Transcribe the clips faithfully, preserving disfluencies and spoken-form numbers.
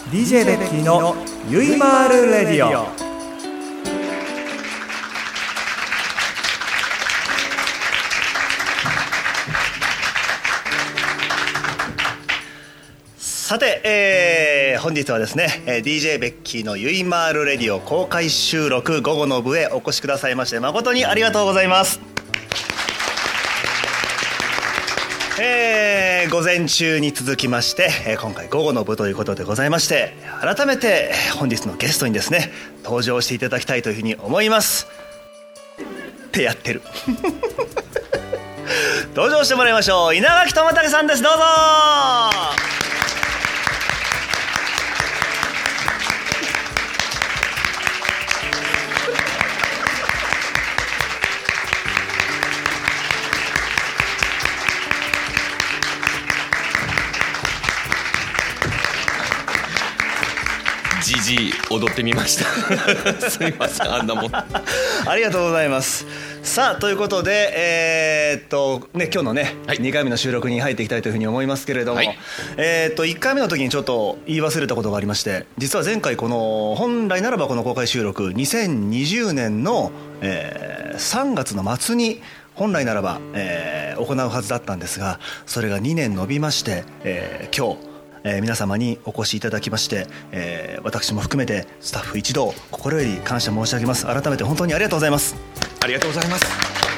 ディージェー ベッキーのゆいまーるレディオ。 さて、えー、本日はですね ディージェー ベッキーのゆいまーるレディオ公開収録午後の部へお越しくださいまして誠にありがとうございます。えー、午前中に続きまして、えー、今回午後の部ということでございまして、改めて本日のゲストにですね登場していただきたいというふうに思いますってやってる登場してもらいましょう。稲垣智武さんです。どうぞ。 じじい踊ってみましたすみません、あんなもんありがとうございます。さあということで、えー、っとね今日のね、はい、にかいめの収録に入っていきたいというふうに思いますけれども、はい、えー、っといっかいめの時にちょっと言い忘れたことがありまして、実は前回この本来ならばこの公開収録にせんにじゅうねんの、えー、さんがつの末に本来ならば、えー、行うはずだったんですが、それがにねん延びまして、えー、今日えー、皆様にお越しいただきまして、えー、私も含めてスタッフ一同心より感謝申し上げます。改めて本当にありがとうございます。 ありがとうございます。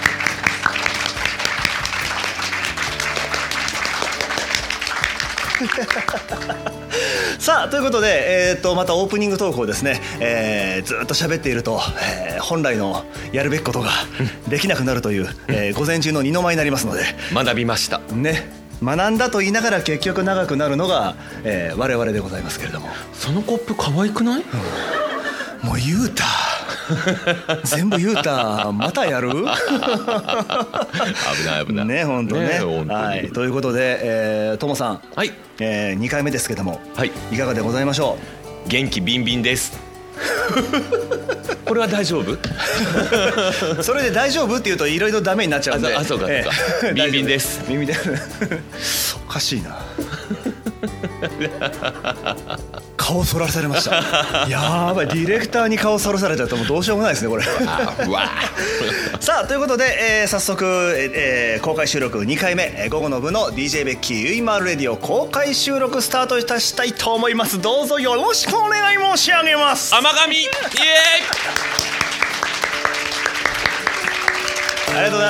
さあということで、えー、とまたオープニングトークをですね、えー、ずっと喋っていると、えー、本来のやるべきことができなくなるという、えー、午前中の二の舞になりますので学びましたね。学んだと言いながら結局長くなるのが、えー、我々でございますけれども。 そのコップ可愛くない？うん、 もう言うた全部言うたまたやる危ない危ないね、本当 ね, ね本当はい、ということで、えー、ともさん、 はい、 えー、にかいめですけども、 はい、 いかがでございましょう？元気ビンビンですこれは大丈夫それで大丈夫って言うといろいろダメになっちゃうんで、 あ、そうかそうか、えー、ビンビンです。 ビンビンですおかしいな顔そらされましたやばい、ディレクターに顔そらされちゃったらもうどうしようもないですねこれさあということで、えー、早速、えー、公開収録にかいめ午後の部の ディージェー ベッキーゆいまーるレディオ公開収録スタートいたしたいと思います。どうぞよろしくお願い申し上げます。 甘神イエーイありがとうございます。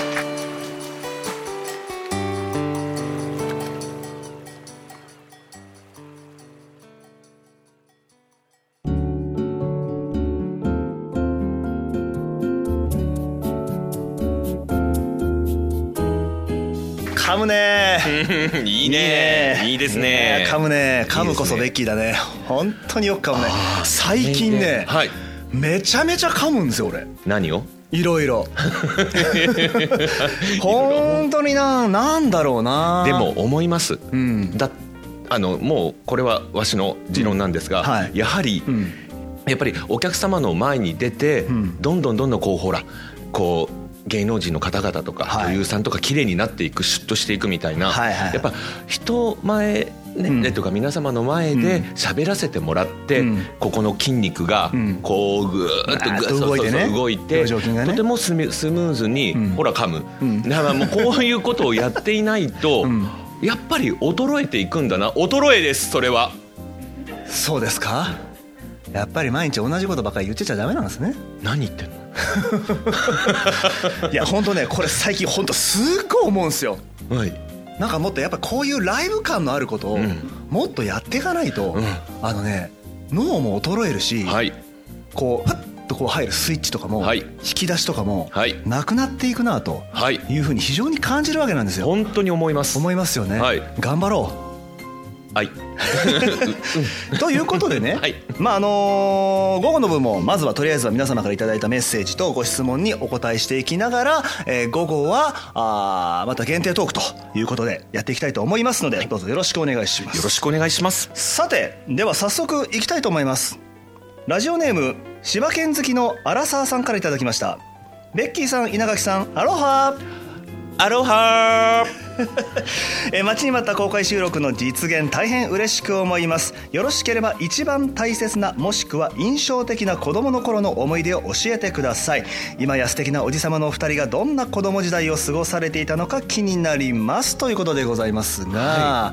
噛むねいいね、いいですね。 噛むね、噛むこそベッキーだね。本当によく噛むね。最近ね、はい、めちゃめちゃ噛むんですよ俺。 何を？ いろいろ本当にな、なんだろうな。 でも思います、うん、だあのもうこれはわしの持論なんですが、うん、はい、やはり、うん、やっぱりお客様の前に出て、うん、どんどんどんどんこうほらこう芸能人の方々とか女優さんとか綺麗になっていく、シュッとしていくみたいな、はいはいはい、やっぱ人前ね、うん、とか皆様の前で喋らせてもらって、うん、ここの筋肉がこうぐーっとぐーっと動いて、ね、動いて、ね、とてもスム、スムーズに、うん、ほら噛む、うん、だからもうこういうことをやっていないと、うん、やっぱり衰えていくんだな。衰えです、それは。 そうですか。やっぱり毎日同じことばっかり言ってちゃダメなんですね。 何言ってんのいや本当ね、これ最近本当すっごい思うんですよ、はい、なんかもっとやっぱこういうライブ感のあることをもっとやっていかないと、うん、あのね脳も衰えるし、はい、こうパッとこう入るスイッチとかも、はい、引き出しとかも、はい、なくなっていくなというふうに非常に感じるわけなんですよ。 本当に思います思いますよね、はい、頑張ろう。 はいということでね、はい、まああのー、午後の部もまずはとりあえずは皆様からいただいたメッセージとご質問にお答えしていきながら、えー、午後はあまた限定トークということでやっていきたいと思いますので、どうぞよろしくお願いします。 よろしくお願いします。 さてでは早速いきたいと思います。ラジオネーム柴犬好きのアラサーさんからいただきました。ベッキーさん、稲垣さん、アロハ。 アロハえ待ちに待った公開収録の実現、大変嬉しく思います。よろしければ一番大切なもしくは印象的な子供の頃の思い出を教えてください。今や素敵なおじさまのお二人がどんな子供時代を過ごされていたのか気になりますということでございますが、はい、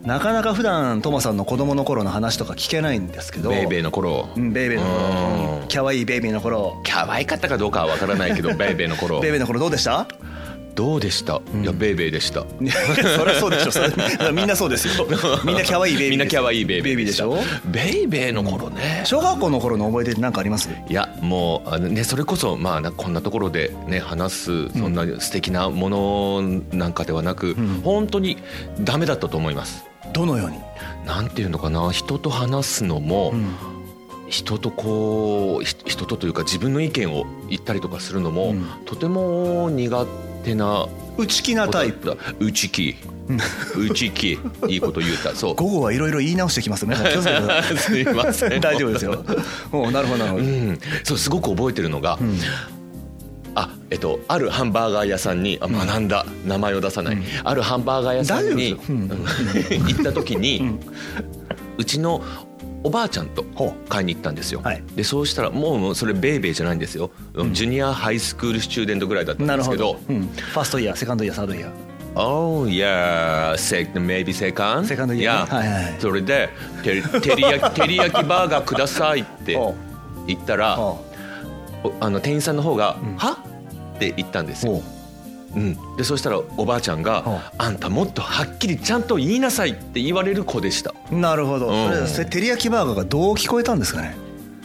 なかなか普段トモさんの子供の頃の話とか聞けないんですけど、 ベイベーの頃、 うん、ベイベーの頃、キャワイイベイベーの頃、 キャワイかったかどうかは分からないけどベイベーの頃ベイベーの頃どうでした？ どうでした、うん、いやベイベーでした。 そりゃそうでしょ、それみんなそうですよ。みんなキャワイイベイベー、 みんなキャワイイベイベーでしょ。 ベイベーの頃ね、 小学校の頃の思い出って何かあります？ いやもうあの、ね、それこそ、まあ、こんなところで、ね、話すそんな素敵なものなんかではなく、うん、本当にダメだったと思います。 どのように？ なんていうのかな、人と話すのも、うん、人とこう人とというか自分の意見を言ったりとかするのも、うん、とても苦手な、 内気なタイプだ。 内気内気、いいこと言うた。そう、 午後はいろいろ言い直してきますね。気をつけてください。 すいません大丈夫ですよ。おなるほどなるほど、うん、 そうすごく覚えてるのが、うん、あえっと、あるハンバーガー屋さんに、あ学んだ、名前を出さない、うん、あるハンバーガー屋さんに、うん、行った時に、うん、うちのおばあちゃんと買いに行ったんですよ、はい、でそうしたらもうそれベイベーじゃないんですよ、うん、ジュニアハイスクールスチューデントぐらいだったんですけど、 うん、ファーストイヤー、セカンドイヤー、サードイヤー、 Oh yeah, maybe second. セカンドイヤー、 yeah. はいはい、それでて照り焼き照り焼きバーガーくださいって言ったら、あの店員さんの方が、うん、はって言ったんですよ。うん、でそうしたらおばあちゃんが、あんたもっとはっきりちゃんと言いなさいって言われる子でした。 なるほど、うん、それ照り焼きバーガーがどう聞こえたんですかね。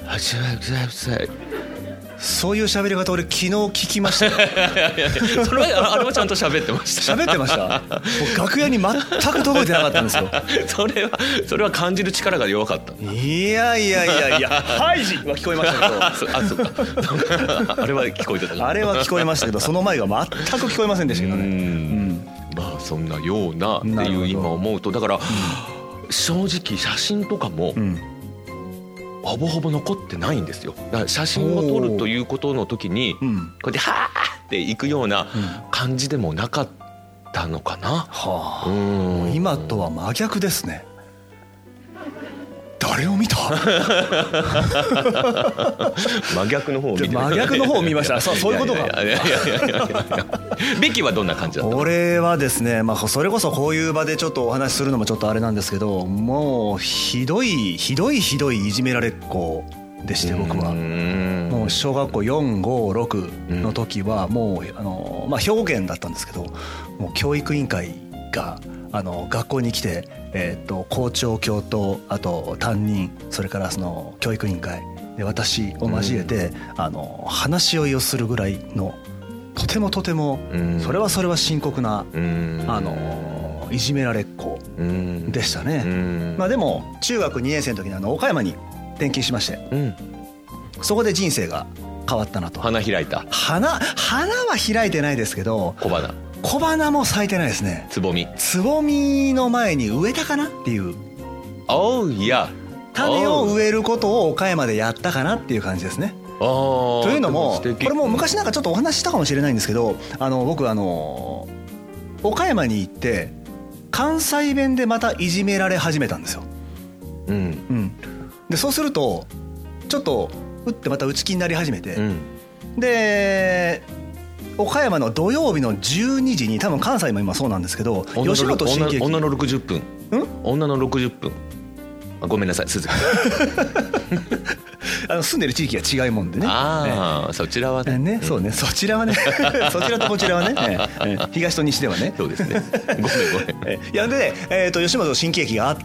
そういう喋り方俺昨日聞きました。 それはあれはちゃんと喋ってました。 喋ってました。もう楽屋に全く届いてなかったんですよ。 それはそれは感じる力が弱かった。 いやいやいやいや、ハイジは聞こえましたけど、 あそかあれは聞こえてた。 あれは聞こえましたけど、その前が全く聞こえませんでしたけどね。うん、 まあそんなようなっていう今思うと、だから、うん、正直写真とかも、うん、ほぼほぼ残ってないんですよ。だから写真を撮るということの時に、うん、こうやってはーっていくような感じでもなかったのかな、 はあ、うん、今とは真逆ですね。誰を見た？ 真逆の方を見て真逆の方を見ました。そう、そういうことか。 ベキはどんな感じだったの？ 俺はですね、まあ、それこそこういう場でちょっとお話しするのもちょっとあれなんですけど、もうひどいひどいひどいいじめられっ子でして、僕はもう小学校よん、ご、ろくの時はもうあの、まあ、兵庫県だったんですけど、もう教育委員会があの学校に来て、えー、と校長教頭、あと担任、それからその教育委員会で私を交えて、うん、あの話し合いをするぐらいのとてもとても、うん、それはそれは深刻な、うん、あのいじめられっ子でしたね、うん、まあ、でも中学にねん生の時にあの岡山に転勤しまして、うん、そこで人生が変わったなと。 花開いた？ 花花は開いてないですけど、 小花小花も咲いてないですね。 つぼみつぼみの前に植えたかなっていう、 おういや種を植えることを岡山でやったかなっていう感じですね。というのもこれも昔なんかちょっとお話ししたかもしれないんですけど、あの僕あの岡山に行って関西弁でまたいじめられ始めたんですよ。うん、うん、でそうするとちょっとうってまた内気になり始めて、うん、で岡山の土曜日のじゅうにじに、多分関西も今そうなんですけど、吉本新喜劇、 女のろくじゅっぷん、ん女のろくじゅっぷん、あごめんなさい鈴木あの住んでる地域が違いもんでね。 ああ、ね、そちらは ね, ねそうね、そちらはねそちらとこちらはね、えー、東と西ではね。 そうですね、ごめんごめん。 いやで、えー、と吉本新喜劇があって、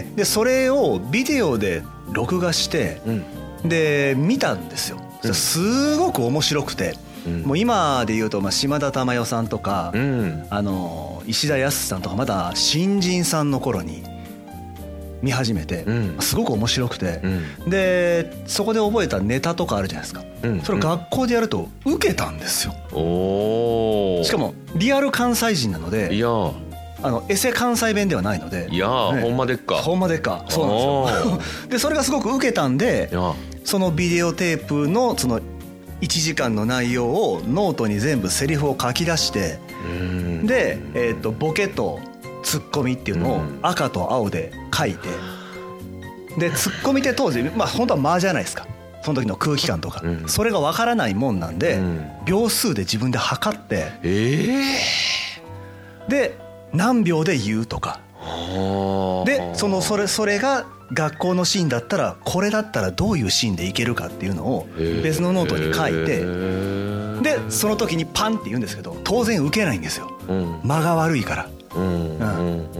でそれをビデオで録画して、うん、で見たんですよ。すごく面白くて、うん、もう今で言うと、まあ、島田珠代さんとか、うん、あの石田康さんとかまだ新人さんの頃に見始めて、うん、すごく面白くて、うん、でそこで覚えたネタとかあるじゃないですか、うん、それを学校でやると受けたんですよ、うん、しかもリアル関西人なので、いやあのエセ関西弁ではないので、 いや、ね、ほんまでっかほんまでっかそうなんですよでそれがすごく受けたんで、そのビデオテープのそのいちじかんの内容をノートに全部セリフを書き出して、で、えーと、ボケとツッコミっていうのを赤と青で書いて、でツッコミって当時まあ本当は間じゃないですか、その時の空気感とか、それが分からないもんなんで、秒数で自分で測って、で何秒で言うとかで、そのそれそれが学校のシーンだったらこれだったらどういうシーンでいけるかっていうのを別のノートに書いて、でその時にパンって言うんですけど、当然受けないんですよ、うん、間が悪いから、うんうん、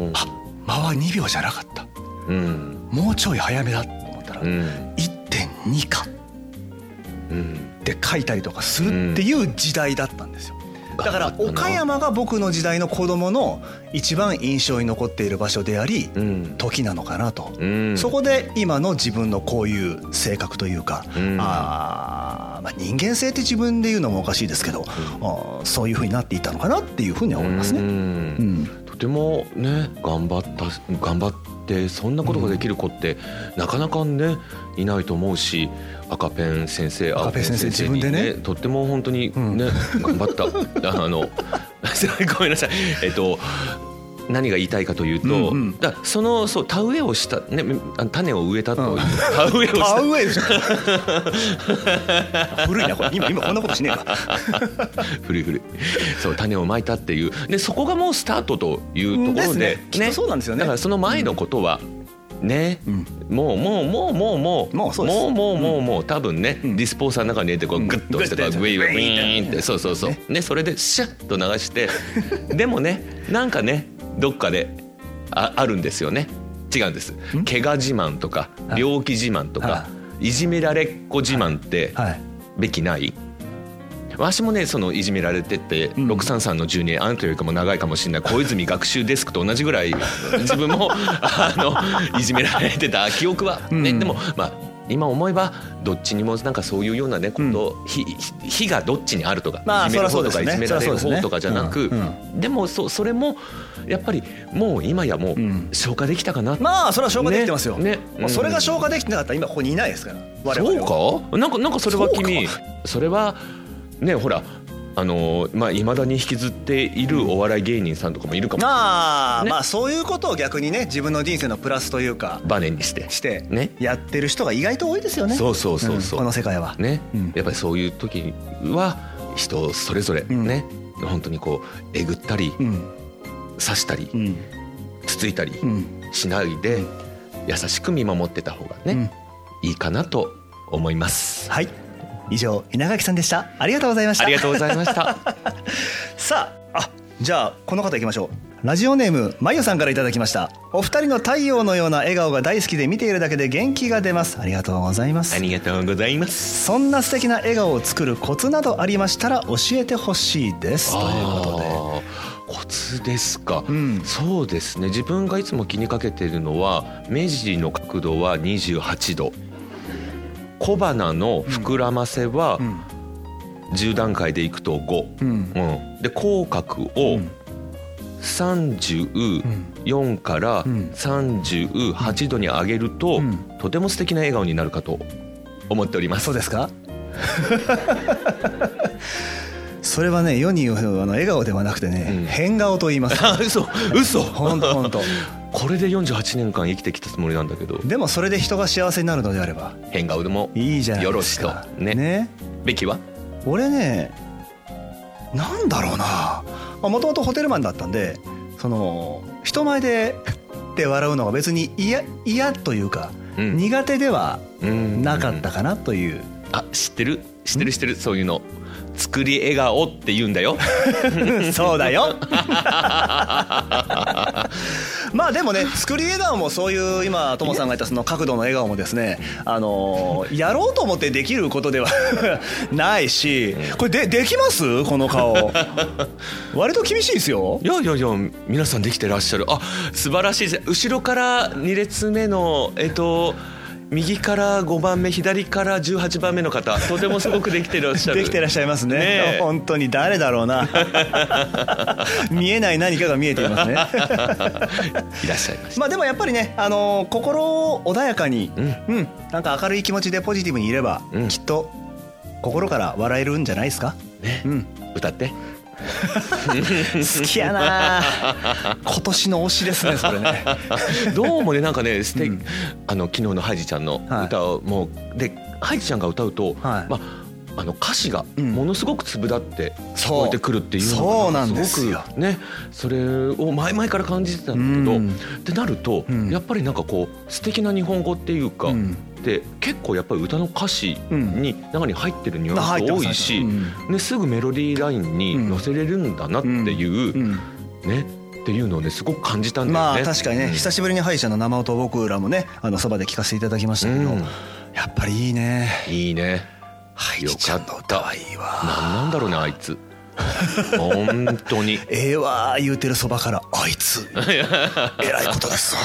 あ、間はにびょうじゃなかった、うん、もうちょい早めだと思ったら、うん、いってんに か、うん、って書いたりとかするっていう時代だったんですよ。だから岡山が僕の時代の子供の一番印象に残っている場所であり、うん、時なのかなと、うん、そこで今の自分のこういう性格というか、うん、あ、まあ、人間性って自分で言うのもおかしいですけど、うん、あ、そういう風になっていたのかなっていうふうには思いますね、うんうん、 とてもね頑張った頑張ってそんなことができる子ってなかなかねいないと思うし、赤ペン先生、 赤ペン先生自分でね、 とっても本当にね、うん、頑張ったあのごめんなさい、えっと何が言いたいかというと、うんうん、だそのそう田植えをした、ね、種を植えたと、うん、田植えをした田植えじゃ古いなこれ、今今こんなことしねえか古い古い、そう種をまいたっていうで、そこがもうスタートというところで、 ね、きっとそうなんですよね。 だからその前のことは、うんね、うん、もうもうもうもうもうもうもうもうもうもう多分ね、うん、ディスポーザーの中に入れてこうグッとしてこうグイグイグイーンってそうそうそうね、それでシャッと流してでもねなんかねどっかで あ, あるんですよね。違うんです。怪我自慢とか病気自慢とかいじめられっ子自慢ってべきない。私もねそのいじめられてて、うん、ろくさんさんのじゅうにねんあなたよりかも長いかもしれない小泉学習デスクと同じぐらい自分もあのいじめられてた記憶は、ね、うん、でもまあ今思えばどっちにもなんかそういうようなねこと、うん、火, 火がどっちにあるとか、まあ、いじめる方とかいじめられる方とかじゃなく、うんうん、でも そ, それもやっぱりもう今やもう消化できたかな、うん、 まあそれは消化できてますよ、ねね、それが消化できてなかったら今ここにいないですから我々は。 そうかなんかなんかそれは君 そ, それはねほらあのまあ未だに引きずっているお笑い芸人さんとかもいるかもしれない、 あ、ね、まあそういうことを逆にね自分の人生のプラスというかバネにしてしてねやってる人が意外と多いですよね。 そうそうそうそう、 うん、この世界はね、うん、やっぱりそういう時は人それぞれね、うん、本当にこうえぐったり、うん、刺したり、うん、つついたりしないで、うん、優しく見守ってた方がね、うん、いいかなと思います。 はい、以上稲垣さんでした。ありがとうございました。 ありがとうございましたさあ、あ、じゃあこの方いきましょう。ラジオネームまゆさんからいただきました。お二人の太陽のような笑顔が大好きで見ているだけで元気が出ます。ありがとうございます。 ありがとうございます。 そんな素敵な笑顔を作るコツなどありましたら教えてほしいですということで。 コツですか、うん、そうですね、自分がいつも気にかけているのは目尻の角度はにじゅうはちど、小鼻の膨らませはじゅう段階でいくとご、うんうん、で口角をさんじゅうよんからさんじゅうはちどに上げると、うん、とても素敵な笑顔になるかと思っております。 そうですかそれはね世に言うあの笑顔ではなくてね、うん、変顔と言います。 あ、嘘嘘本当本当これでよんじゅうはちねんかん生きてきたつもりなんだけど、 でもそれで人が幸せになるのであれば変顔でもいいじゃないですか。 よろしとね。ね、べきは俺ねなんだろうな、もともとホテルマンだったんでその人前でって笑うのが別に嫌嫌というか、うん、苦手ではなかったかなという、うんうん、 あ、知ってる知ってる知ってる、そういうの作り笑顔って言うんだよそうだよまあでもね作り笑顔もそういう今トモさんが言ったその角度の笑顔もですね、あのー、やろうと思ってできることではないし、これ で, できますこの顔割と厳しいですよ。 いやいやいや皆さんできてらっしゃる。あ、素晴らしいです。後ろからに列目のえっと右からごばんめ左からじゅうはちばんめの方、とてもすごくできてらっしゃるできてらっしゃいます ね, ね本当に誰だろうな見えない何かが見えていますねいらっしゃいました。 まあでもやっぱりね、あのー、心穏やかに、うんうん、なんか明るい気持ちでポジティブにいれば、うん、きっと心から笑えるんじゃないですかね、うん、歌って好きやな今年の推しですねそれねどうもねなんかね素敵、うん、あの昨日のハイジちゃんの歌を、はい、もうでハイジちゃんが歌うと、はい、まああの歌詞がものすごく粒立って聞こえてくるっていうのがすごくねそれを前々から感じてたんだけど、うん、ってなると、うん、やっぱりなんかこう素敵な日本語っていうか、うん、で結構やっぱり歌の歌詞に中に入ってるニュアンスが多いし、うんね、すぐメロディーラインに乗せれるんだなっていう、うんうん、ねっていうのをねすごく感じたんだよね。 まあ確かにね、うん、久しぶりにハイちゃんの生音を僕らもねあのそばで聞かせていただきましたけど、うん、やっぱりいいねいいねハイちゃんの歌はいいわ。 何なんだろうねあいつ本当にええわ言うてるそばからあいつえらいことです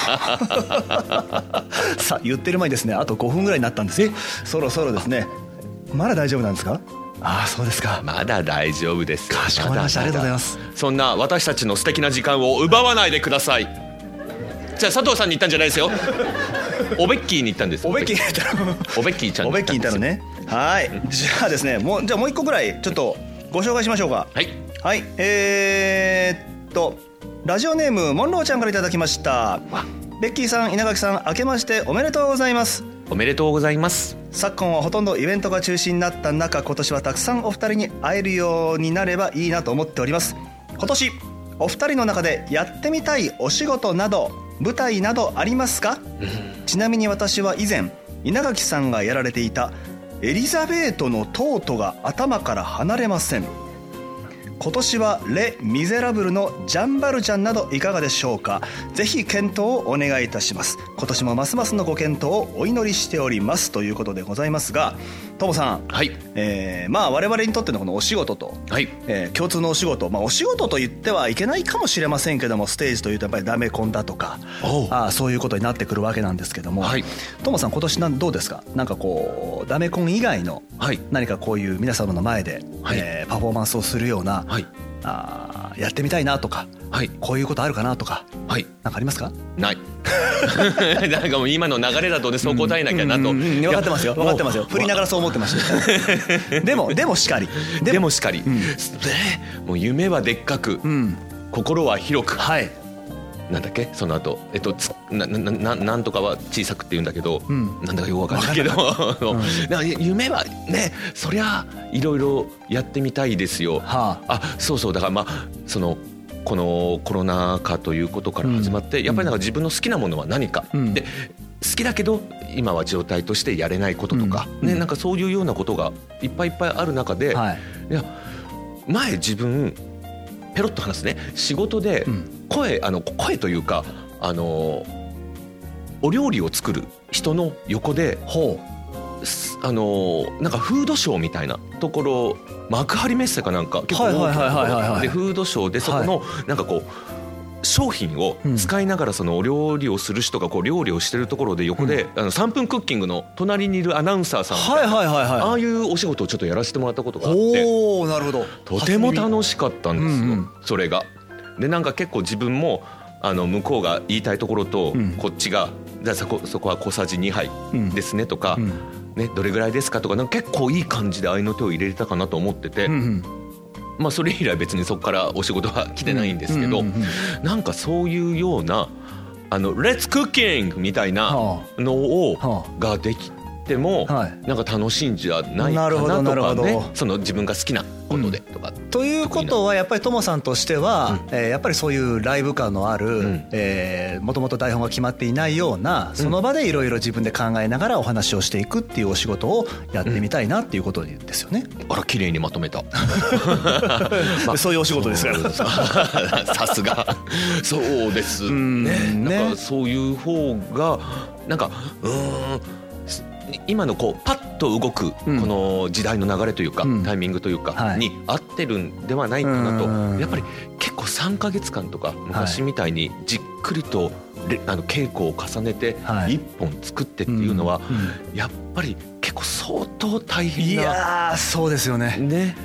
さあ言ってる前にですねあとごふんぐらいになったんですよ。そろそろですね。まだ大丈夫なんですか？ああそうですか。 まだ大丈夫です。 かしこまりました。ありがとうございます。 そんな私たちの素敵な時間を奪わないでください。じゃあ佐藤さんに言ったんじゃないですよおべっきーに言ったんです。 おべっきーに言ったのおべっきーちゃんに言ったんです。おべっきーに言ったのね。はいじゃあですねもうじゃあもう一個ぐらいちょっとご紹介しましょうか。 はいはいえー、っとラジオネームモンローちゃんからいただきました。ベッキーさん稲垣さん明けましておめでとうございます。 おめでとうございます。 昨今はほとんどイベントが中止になった中今年はたくさんお二人に会えるようになればいいなと思っております。今年お二人の中でやってみたいお仕事など舞台などありますか？ちなみに私は以前稲垣さんがやられていたエリザベートのトートが頭から離れません。今年はレ・ミゼラブルのジャンバルジャンなどいかがでしょうか。ぜひ検討をお願いいたします。今年もますますのご検討をお祈りしておりますということでございますが、トモさん、はいえー、まあ我々にとってのこのお仕事と、はいえー、共通のお仕事、まあ、お仕事と言ってはいけないかもしれませんけどもステージというとやっぱりダメコンだとかあそういうことになってくるわけなんですけども、はい、トモさん今年なんどうですか。なんかこうダメコン以外の何かこういう皆様の前で、はいえー、パフォーマンスをするような、はい、あやってみたいなとか、はい、こういうことあるかなとか、はい、なんかありますか？ ないなんかもう今の流れだとねそう答えなきゃなと、うんうんうん、 分かってますよ分かってますよ振りながらそう思ってましたでもでもしかりでも、でもしかり、うん、もう夢はでっかく、うん、心は広く、はい、なんだっけその後えっとつ な, な, な, なんとかは小さくって言うんだけど、うん、なんだかよくわかんないけど、うん、夢はねそりゃいろいろやってみたいですよ、はあ、あそうそうだからまあそのこのコロナ禍ということから始まって、うん、やっぱりなんか自分の好きなものは何か、うん、で好きだけど今は状態としてやれないこととか、うんね、なんかそういうようなことがいっぱいいっぱいある中で、はい、いや前自分ペロッと話すね仕事で声、あの声というかあのお料理を作る人の横でほうあのなんかフードショーみたいなところ幕張メッセかなんか結構大きなところでフードショーでそこのなんかこう商品を使いながらそのお料理をする人がこう料理をしてるところで横であのさんぷんクッキングの隣にいるアナウンサーさんみたいなああいうお仕事をちょっとやらせてもらったことがあっておなるほどとても楽しかったんですよそれが。でなんか結構自分もあの向こうが言いたいところとこっちがじゃあそこそこは小さじにはいですねとかねどれぐらいですかとかなんか結構いい感じで合いの手を入れれたかなと思っててまあそれ以来別にそこからお仕事は来てないんですけどなんかそういうようなあのレッツクッキングみたいなのをができてもなんか楽しいんじゃないかなとかねその自分が好きなことでとか、 うん、ということはやっぱりトモさんとしては、うんえー、やっぱりそういうライブ感のある、うんえー、もともと台本が決まっていないようなその場でいろいろ自分で考えながらお話をしていくっていうお仕事をやってみたいなっていうことですよね、 うん、あら綺麗にまとめた、 まあ、そういうお仕事ですからさすがそうですね、ねなんかそういう方がなんかうーん今のこうパッと動くこの時代の流れというか、うん、タイミングというかに合ってるんではないかなと、はい、やっぱり結構さんかげつかんとか昔みたいにじっくりとあの稽古を重ねていっぽん作ってっていうのはやっぱり結構相当大変な。 いやそうですよね。 ね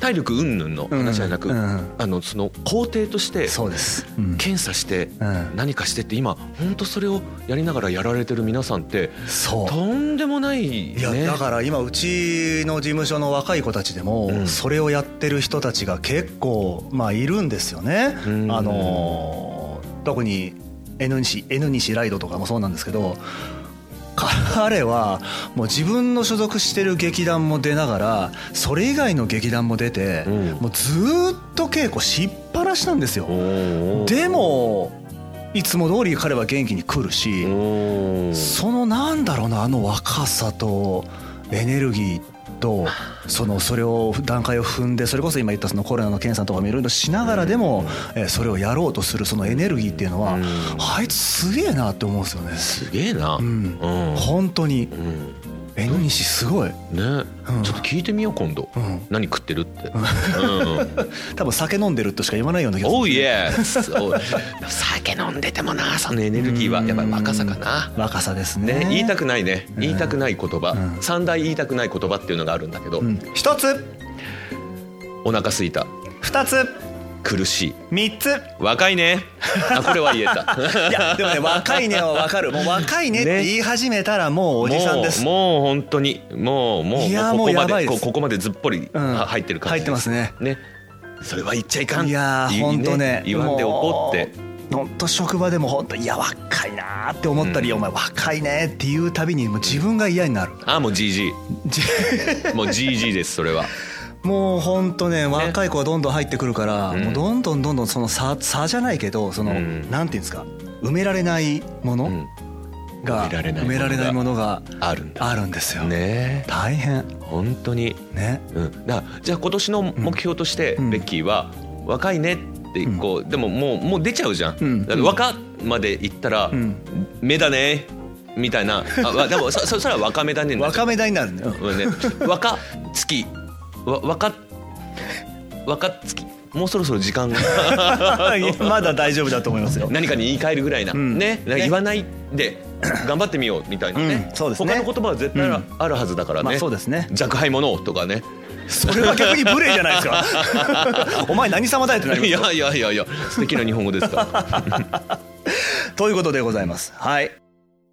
体力云々の話じゃなく、 うんうん、 あのその工程としてそうです、うん、 検査して何かしてって今本当それをやりながらやられてる皆さんってそうとんでもない、ね、 いやだから今うちの事務所の若い子たちでもそれをやってる人たちが結構まあいるんですよね、うん、あの特に N 西、N 西ライドとかもそうなんですけど、彼はもう自分の所属してる劇団も出ながらそれ以外の劇団も出て、うん、もうずっと稽古しっぱなしなんですよ。でもいつも通り彼は元気に来るし、そのなんだろうな、あの若さとエネルギーとそのそれを段階を踏んで、それこそ今言ったそのコロナの検査とかもいろいろしながらでもそれをやろうとするそのエネルギーっていうのは、あいつすげえなって思うんですよね。 すげえな、 うんうん、本当に、うん、N 西すごいね、 うん、ちょっと聞いてみよう今度、うん、何食ってるって、うん、 多分酒飲んでるとしか言わないような気がする。 おいえ酒飲んでてもな、そのエネルギーはやっぱり若さかな。 若さです ね, ね言いたくないね、言いたくない言葉、うん、三大言いたくない言葉っていうのがあるんだけど、うん、 一つお腹すいた、 二つ苦しい、 三つ若いねあこれは言えたいやでもね若いねは分かる。もう若いねって言い始めたらもうおじさんです。 もうもう本当にもうもういやもうやばいです。 ここまでずっぽり入ってる感じ、 入ってますね。 ねそれは言っちゃいかん。 いや本当ね言わんでおこうって。 本当職場でも本当いや若いなって思ったり、うん、お前若いねっていうたびにもう自分が嫌になる。 あもう ジージー もう ジージー ですそれは。 もう本当ね若い子がどんどん入ってくるから、うん、もうどんどんどんどんその差差じゃないけどその、うん、なんていうんですか、埋められないものが、うん、埋められないものがあるんだ、あるんですよね。大変本当にね、うん、だじゃあ今年の目標として、うん、ベッキーは若いねってこう、うん、でももうもう出ちゃうじゃん、うん、だから若までいったら、うん、目だねみたいなあでも そ, そ, それは若めだね若めだになるんだよ、 ね、若月わ若若月もうそろそろ時間がまだ大丈夫だと思いますよ。 何かに言い換えるぐらいな、うん、ね言わないで頑張ってみようみたいなね、うん、そうですね。他の言葉は絶対あるはずだからね、うんまあ、そうですね。若輩者とかね、 それは逆に無礼じゃないですかお前何様だよってなりますよ。 いやいやいやいや素敵な日本語ですからということでございます。はい、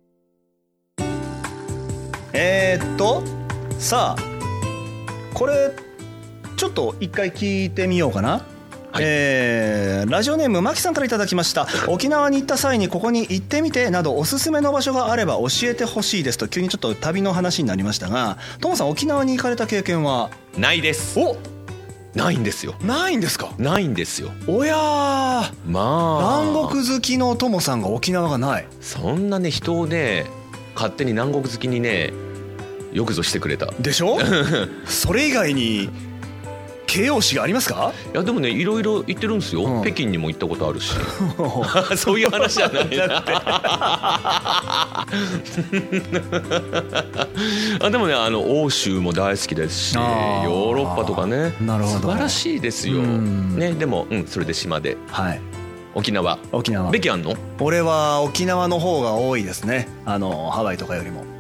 えー、っとさあこれちょっと一回聞いてみようかな。はい、えー、ラジオネームマキさんからいただきました。沖縄に行った際にここに行ってみてなどおすすめの場所があれば教えてほしいですと、急にちょっと旅の話になりましたが、トモさん沖縄に行かれた経験は？ ないです。 おないんですよ。 ないんですか？ ないんですよ。 おやー、まあ南国好きのトモさんが沖縄がない。 そんなね人をね勝手に南国好きにねよくぞしてくれたでしょそれ以外に形容詞がありますか？ いやでもねいろいろ行ってるんですよ、うん、北京にも行ったことあるしそういう話じゃないなあでもねあの欧州も大好きですしヨーロッパとかね、なるほど素晴らしいですよ、ね、でも、うん、それで島で、はい、沖縄沖縄ベキあんの？俺は沖縄の方が多いですね、あのハワイとかよりも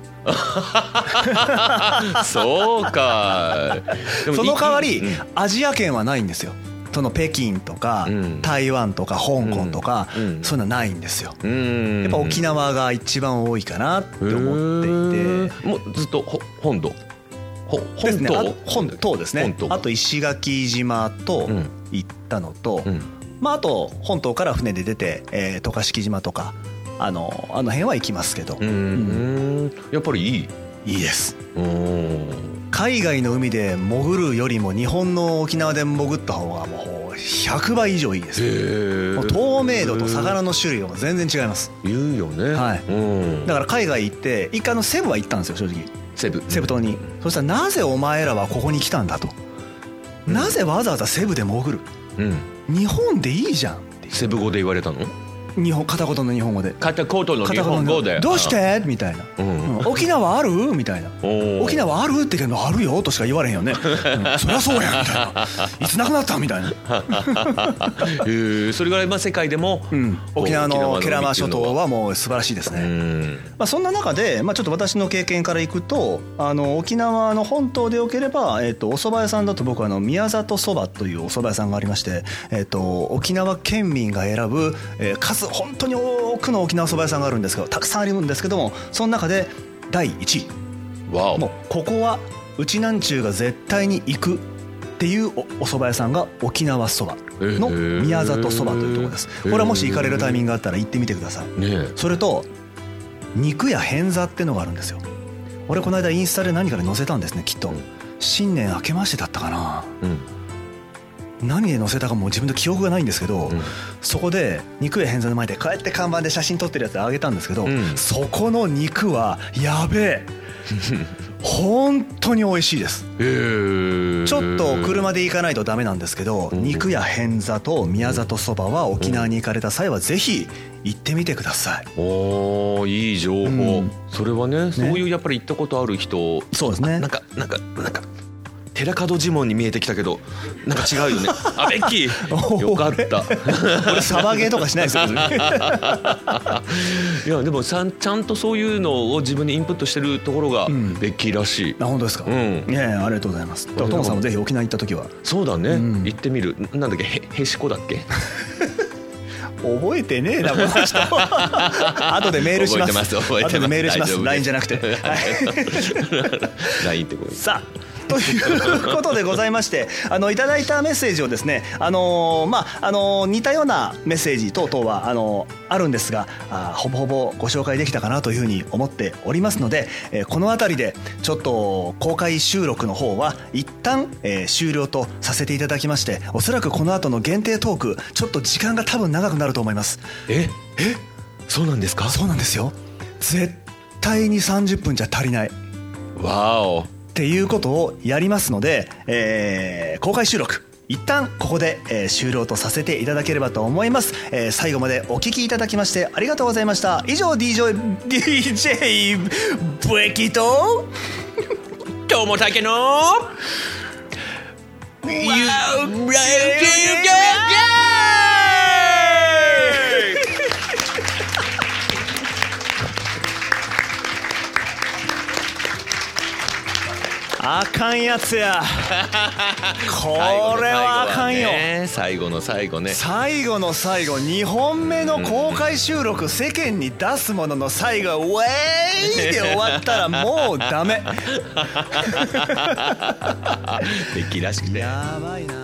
そうか。 でもその代わり、うん、アジア圏はないんですよ。その北京とか、うん、台湾とか香港とか、うん、そういうのはないんですよ、うん、やっぱ沖縄が一番多いかなって思っていて、 もうずっと本土本島本島ですね。あと石垣島と行ったのと、うんまあ、あと本島から船で出て、えー、渡嘉敷島とかあのあの辺は行きますけど、うん、 うん、やっぱりいいいいです。海外の海で潜るよりも日本の沖縄で潜った方がもうひゃくばい以上いいです。もう透明度と魚の種類は全然違います。 言うよね、 はい、うん、だから海外行って一回のセブは行ったんですよ正直。 セブセブ島に、うん、そしたらなぜお前らはここに来たんだと、うん、なぜわざわざセブで潜る、うん、日本でいいじゃんってセブ語で言われたの？ 日本片言の日本語で片言の日本語でどうしてみたいな、うんうん、沖縄あるみたいな沖縄あるって言うけどあるよとしか言われへんよね、うん、そりゃそうやみたいないつなくなったみたいなえー、それぐらいまあ世界でも、 うん、沖縄の慶良間諸島はもう素晴らしいですね、うんまあ、そんな中で、まあ、ちょっと私の経験からいくとあの沖縄の本島でよければ、えー、とお蕎麦屋さんだと僕はあの宮里そばというお蕎麦屋さんがありまして、えー、と沖縄県民が選ぶ、えー、数本当に多くの沖縄そば屋さんがあるんですけどたくさんあるんですけどもその中でだいいちいわおもうここはうちなんちゅうが絶対に行くっていうお蕎麦屋さんが沖縄そばの宮里そばというところです。これはもし行かれるタイミングがあったら行ってみてください、ね、それと肉や変座ってのがあるんですよ。俺この間インスタで何かで載せたんですねきっと、うん、新年明けましてだったかな、うん何で載せたかも自分の記憶がないんですけど、うん、そこで肉や変座の前でこうやって看板で写真撮ってるやつあげたんですけど、うん、そこの肉はやべえ本当に美味しいです、えー、ちょっと車で行かないとダメなんですけど、うん、肉や変座と宮里そばは沖縄に行かれた際はぜひ行ってみてください。 おーいい情報、うん、それは ね, ねそういうやっぱり行ったことある人そうですねなんかなんかなんか寺門呪文に見えてきたけどなんか違うよねあベッキーよかった俺サバゲーとかしないですよいやでもちゃんとそういうのを自分にインプットしてるところがベッキーらしい、 うん、あ本当ですか、うん、いやいやありがとうございます。トモさんもぜひ沖縄行った時はそうだね、うん、行ってみる。なんだっけへへしこだっけ覚えてねえなこの人後でメールします。 覚えてます覚えてます。 後でメールします ライン じゃなくてライン ってこうさあということでございましてあのいただいたメッセージをですねあのー、まああのー、似たようなメッセージ等々はあのー、あるんですがあほぼほぼご紹介できたかなというふうに思っておりますので、えー、このあたりでちょっと公開収録の方は一旦、えー、終了とさせていただきましておそらくこの後の限定トークちょっと時間が多分長くなると思います。 ええそうなんですか。 そうなんですよ。絶対にさんじゅっぷんじゃ足りないわおっていうことをやりますので、えー、公開収録一旦ここで、えー、終了とさせていただければと思います、えー、最後までお聞きいただきましてありがとうございました。以上 ディージェー ディージェー ブエキと友竹のゆゆゆあかんやつやこれはあかんよ。 最後の最後ね最後の最後にほんめの公開収録、うん、世間に出すものの最後ウェーイで終わったらもうダメベッキーらしくてやばいな。